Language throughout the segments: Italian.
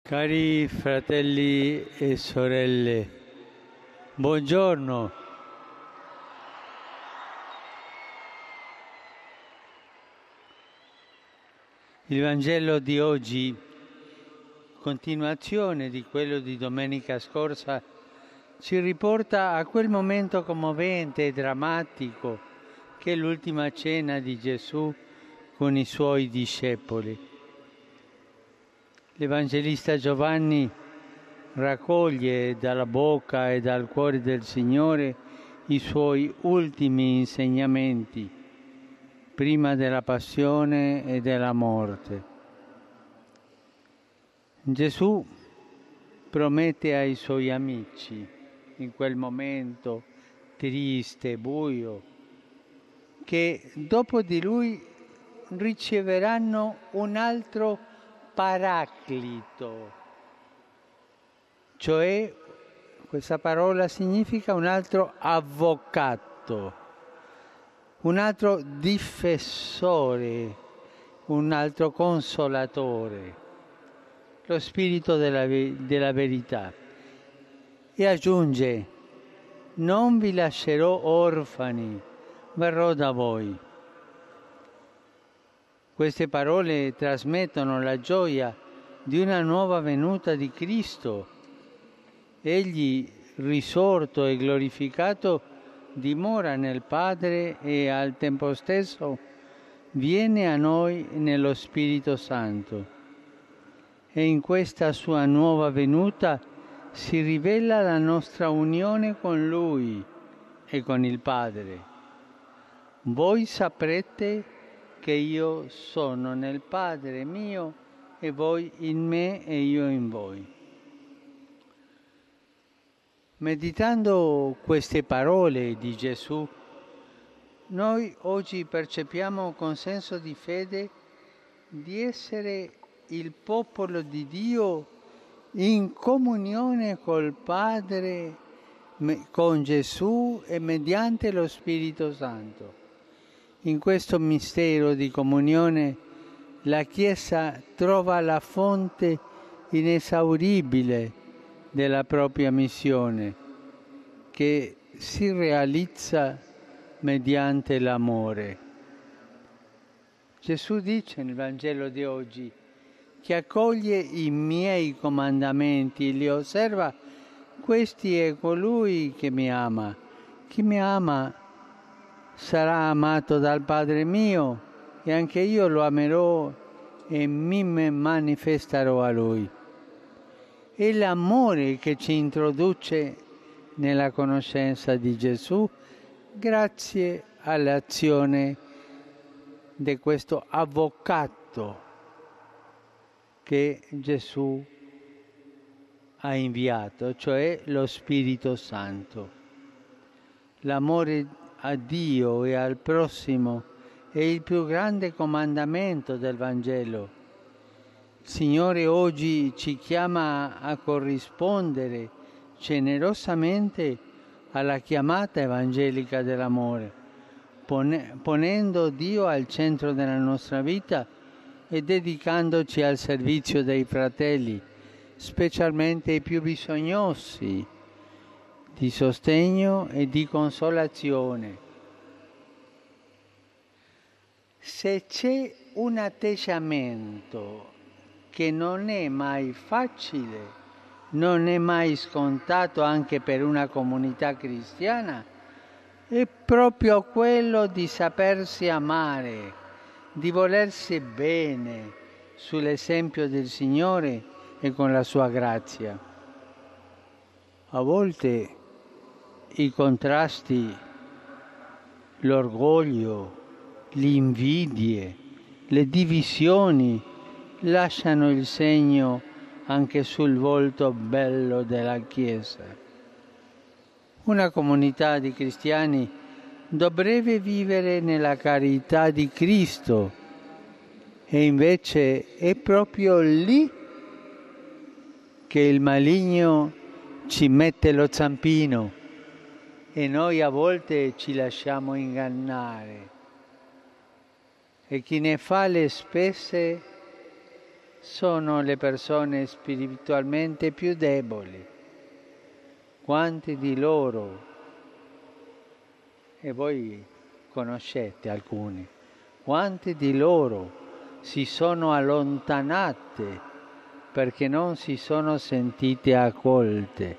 Cari fratelli e sorelle, buongiorno. Il Vangelo di oggi, continuazione di quello di domenica scorsa, ci riporta a quel momento commovente e drammatico che è l'ultima cena di Gesù con i suoi discepoli. L'Evangelista Giovanni raccoglie dalla bocca e dal cuore del Signore i suoi ultimi insegnamenti, prima della passione e della morte. Gesù promette ai suoi amici, in quel momento triste, buio, che dopo di lui riceveranno un altro Paraclito, cioè questa parola significa un altro avvocato, un altro difensore, un altro consolatore, lo Spirito della verità. E aggiunge: non vi lascerò orfani, verrò da voi. Queste parole trasmettono la gioia di una nuova venuta di Cristo. Egli, risorto e glorificato, dimora nel Padre e al tempo stesso viene a noi nello Spirito Santo. E in questa sua nuova venuta si rivela la nostra unione con Lui e con il Padre. Voi saprete che io sono nel Padre mio e voi in me e io in voi. Meditando queste parole di Gesù, noi oggi percepiamo con senso di fede di essere il popolo di Dio in comunione col Padre, con Gesù e mediante lo Spirito Santo. In questo mistero di comunione la Chiesa trova la fonte inesauribile della propria missione, che si realizza mediante l'amore. Gesù dice nel Vangelo di oggi: chi accoglie i miei comandamenti e li osserva, questi è colui che mi ama. Chi mi ama sarà amato dal Padre mio e anche io lo amerò e mi manifesterò a Lui. È l'amore che ci introduce nella conoscenza di Gesù grazie all'azione di questo avvocato che Gesù ha inviato, cioè lo Spirito Santo. L'amore a Dio e al prossimo è il più grande comandamento del Vangelo. Il Signore oggi ci chiama a corrispondere generosamente alla chiamata evangelica dell'amore, ponendo Dio al centro della nostra vita e dedicandoci al servizio dei fratelli, specialmente i più bisognosi di sostegno e di consolazione. Se c'è un atteggiamento che non è mai facile, non è mai scontato anche per una comunità cristiana, è proprio quello di sapersi amare, di volersi bene sull'esempio del Signore e con la sua grazia. A volte i contrasti, l'orgoglio, le invidie, le divisioni lasciano il segno anche sul volto bello della Chiesa. Una comunità di cristiani dovrebbe vivere nella carità di Cristo e invece è proprio lì che il maligno ci mette lo zampino e noi a volte ci lasciamo ingannare. E chi ne fa le spese sono le persone spiritualmente più deboli. Quanti di loro, e voi conoscete alcuni, quanti di loro si sono allontanate perché non si sono sentite accolte,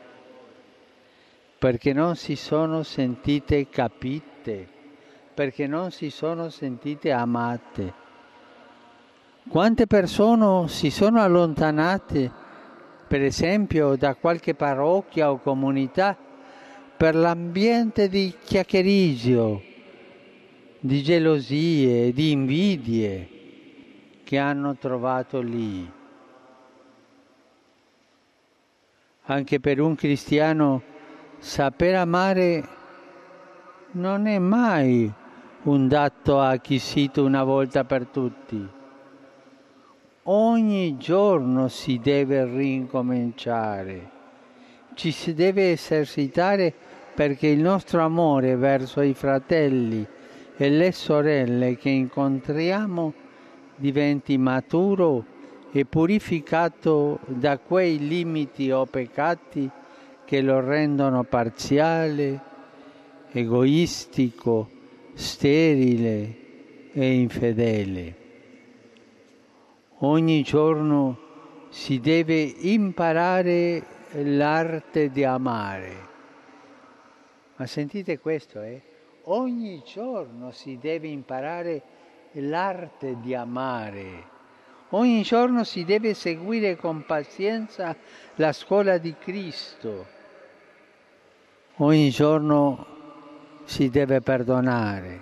perché non si sono sentite capite, perché non si sono sentite amate. Quante persone si sono allontanate, per esempio, da qualche parrocchia o comunità per l'ambiente di chiacchiericcio, di gelosie, di invidie che hanno trovato lì. Anche per un cristiano saper amare non è mai un dato acquisito una volta per tutti. Ogni giorno si deve rincominciare, ci si deve esercitare perché il nostro amore verso i fratelli e le sorelle che incontriamo diventi maturo e purificato da quei limiti o peccati che lo rendono parziale, egoistico, sterile e infedele. Ogni giorno si deve imparare l'arte di amare. Ma sentite questo, Ogni giorno si deve imparare l'arte di amare. Ogni giorno si deve seguire con pazienza la scuola di Cristo. Ogni giorno si deve perdonare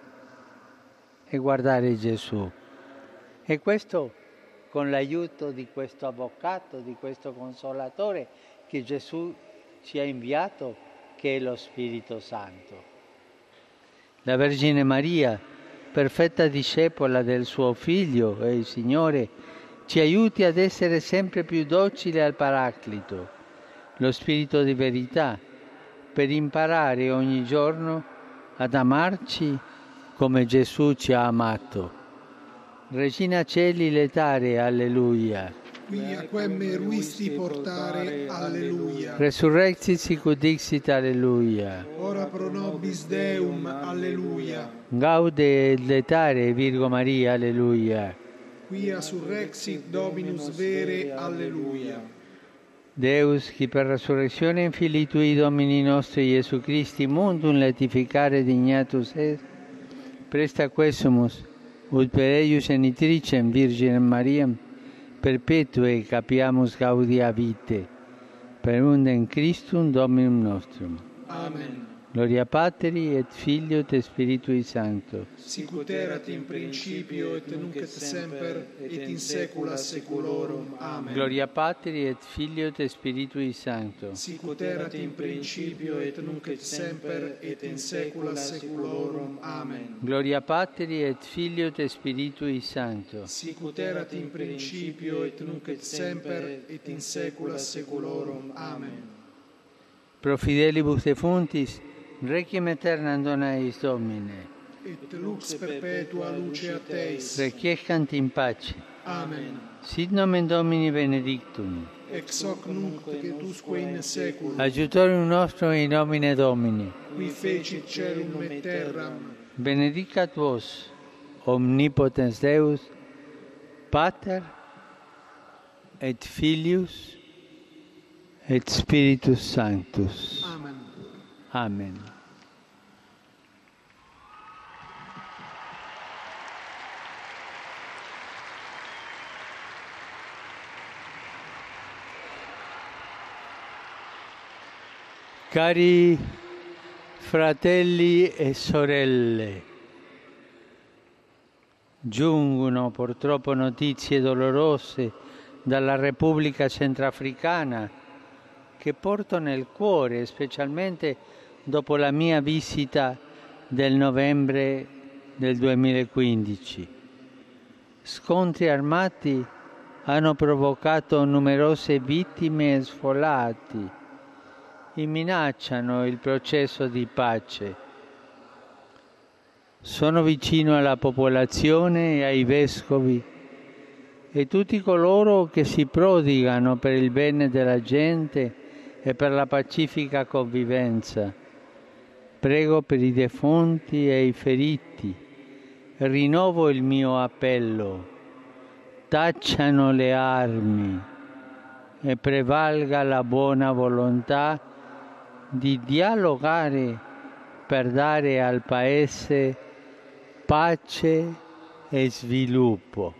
e guardare Gesù. E questo con l'aiuto di questo avvocato, di questo consolatore che Gesù ci ha inviato, che è lo Spirito Santo. La Vergine Maria, perfetta discepola del suo Figlio e il Signore, ci aiuti ad essere sempre più docili al Paraclito, lo Spirito di verità, per imparare ogni giorno ad amarci come Gesù ci ha amato. Regina Celi letare, alleluia. Quia quem meruisti portare, alleluia. Resurrexit sicut dixit, alleluia. Ora pro nobis Deum, alleluia. Gaude et letare, Virgo Maria, alleluia. Quia surrexit Dominus vere, alleluia. Deus, qui per resurrezione Filii Tui Domini nostri Iesu Christi mundum laetificare dignatus est, presta quesumus ut per eius genitricem Virginem Mariam perpetue capiamus gaudia vitae, per undem Christum Dominum nostrum. Amen. Gloria Patri et Filio et Spiritui Sancto. Sicut erat in principio et nunc et semper et in saecula saeculorum. Amen. Gloria Patri et Filio et Spiritui Sancto. Sicut erat in principio et nunc et semper et in saecula saeculorum. Amen. Gloria Patri et Filio et Spiritui Sancto. Sicut erat in principio et nunc et semper et in saecula saeculorum. Amen. Pro fidelibus defuntis, requiem aeternam dona eis Domine. Et lux perpetua luce a Teis. Requiescant in pace. Amen. Sit nomen Domini benedictum. Ex hoc nunc et usque in saeculum. Aiutorium nostrum in nomine Domini. Qui fecit celum et terram. Benedicat vos, omnipotens Deus, Pater et Filius et Spiritus Sanctus. Amen. Amen. Cari fratelli e sorelle, giungono purtroppo notizie dolorose dalla Repubblica Centrafricana che porto nel cuore, specialmente dopo la mia visita del novembre del 2015. Scontri armati hanno provocato numerose vittime e sfolati e minacciano il processo di pace. Sono vicino alla popolazione e ai vescovi e tutti coloro che si prodigano per il bene della gente e per la pacifica convivenza. Prego per i defunti e i feriti. Rinnovo il mio appello. Tacciano le armi e prevalga la buona volontà di dialogare per dare al Paese pace e sviluppo.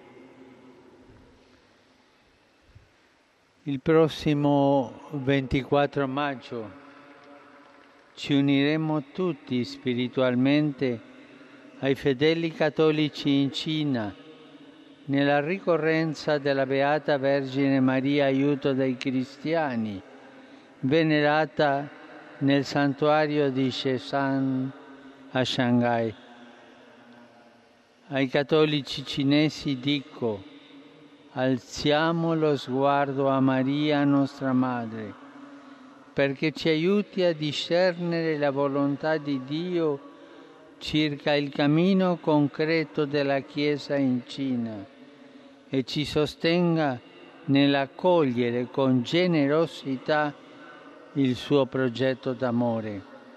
Il prossimo 24 maggio ci uniremo tutti spiritualmente ai fedeli cattolici in Cina nella ricorrenza della Beata Vergine Maria Aiuto dei Cristiani, venerata nel santuario di Sheshan a Shanghai. Ai cattolici cinesi dico: alziamo lo sguardo a Maria, nostra Madre, perché ci aiuti a discernere la volontà di Dio circa il cammino concreto della Chiesa in Cina e ci sostenga nell'accogliere con generosità il suo progetto d'amore.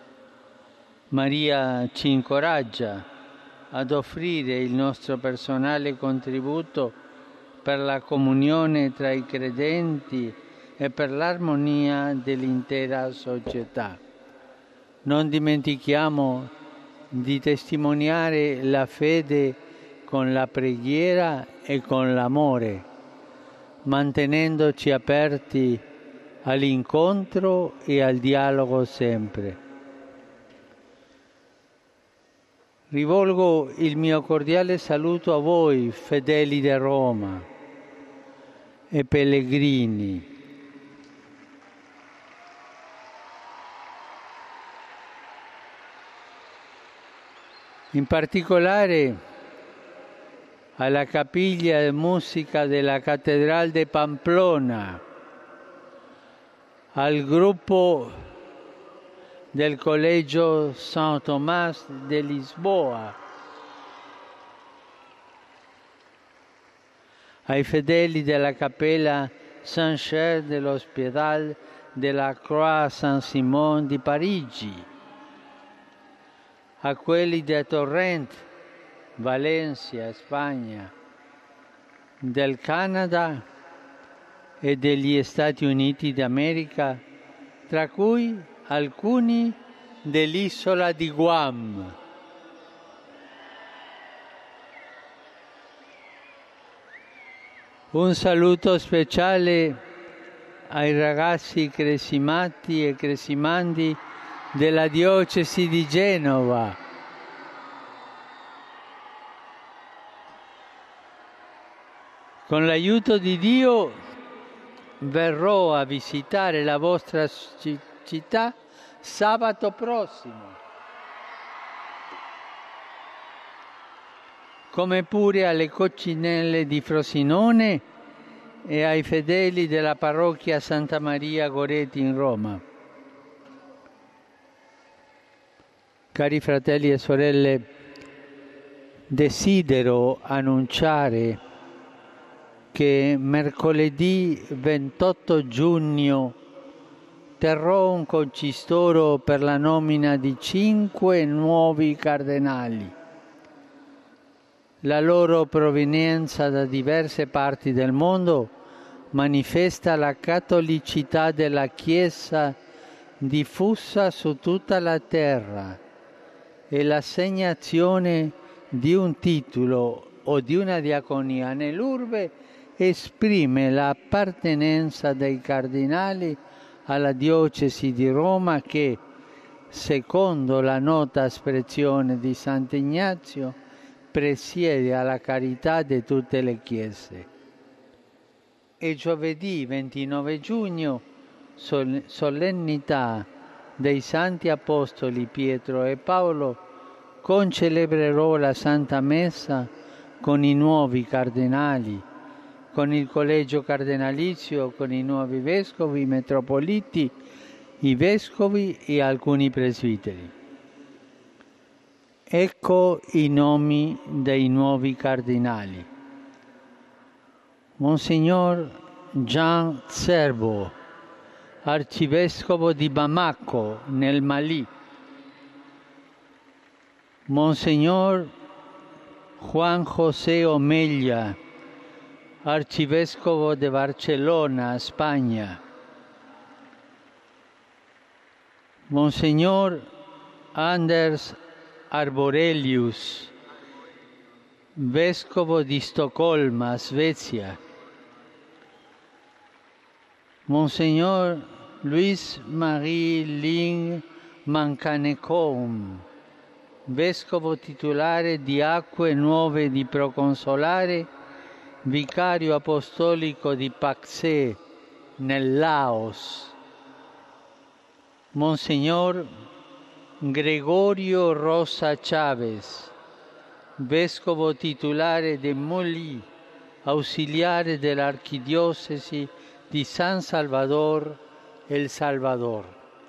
Maria ci incoraggia ad offrire il nostro personale contributo per la comunione tra i credenti e per l'armonia dell'intera società. Non dimentichiamo di testimoniare la fede con la preghiera e con l'amore, mantenendoci aperti all'incontro e al dialogo sempre. Rivolgo il mio cordiale saluto a voi, fedeli di Roma e pellegrini. In particolare alla capiglia di musica della Cattedrale de Pamplona, al gruppo del Collegio San Tomás de Lisboa, ai fedeli della Cappella Saint-Cher dell'Hospital de la Croix Saint-Simon di Parigi, a quelli di Torrent, Valencia, Spagna, del Canada e degli Stati Uniti d'America, tra cui alcuni dell'isola di Guam. Un saluto speciale ai ragazzi cresimati e cresimandi della diocesi di Genova. Con l'aiuto di Dio verrò a visitare la vostra città sabato prossimo, come pure alle Coccinelle di Frosinone e ai fedeli della parrocchia Santa Maria Goretti in Roma. Cari fratelli e sorelle, desidero annunciare che mercoledì 28 giugno terrò un concistoro per la nomina di 5 nuovi cardenali. La loro provenienza da diverse parti del mondo manifesta la cattolicità della Chiesa diffusa su tutta la terra e l'assegnazione di un titolo o di una diaconia nell'urbe esprime l'appartenenza dei cardinali alla diocesi di Roma che, secondo la nota espressione di Sant'Ignazio, presiede alla carità di tutte le chiese. E giovedì 29 giugno, solennità dei Santi Apostoli Pietro e Paolo, concelebrerò la Santa Messa con i nuovi cardinali, con il collegio cardinalizio, con i nuovi vescovi, i metropoliti, i vescovi e alcuni presbiteri. Ecco i nomi dei nuovi cardinali. Monsignor Jean Serbo, arcivescovo di Bamako, nel Mali. Monsignor Juan José Omella, arcivescovo de Barcelona, Spagna. Monsignor Anders Arborelius, vescovo di Stoccolma, Svezia. Monsignor Louis-Marie Ling Mancanecoum, vescovo titolare di Acque Nuove di Proconsolare, vicario apostolico di Paksé, nel Laos. Monsignor Gregorio Rosa Chavez, vescovo titolare di Molí, ausiliare dell'archidiocesi di San Salvador, El Salvador.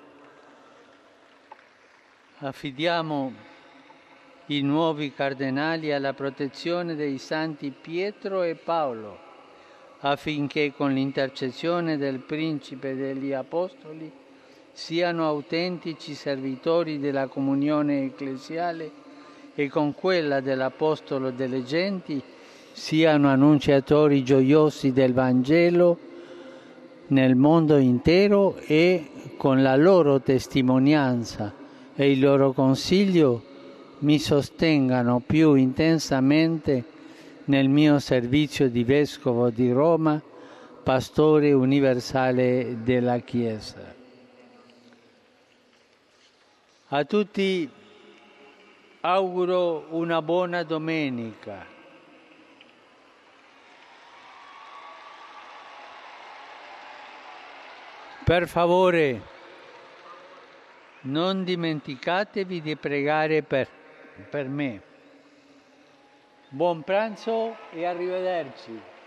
Affidiamo i nuovi cardinali alla protezione dei santi Pietro e Paolo, affinché con l'intercessione del Principe degli Apostoli siano autentici servitori della comunione ecclesiale e con quella dell'Apostolo delle genti siano annunciatori gioiosi del Vangelo nel mondo intero e con la loro testimonianza e il loro consiglio mi sostengano più intensamente nel mio servizio di Vescovo di Roma, Pastore universale della Chiesa. A tutti auguro una buona domenica. Per favore, non dimenticatevi di pregare per me. Buon pranzo e arrivederci.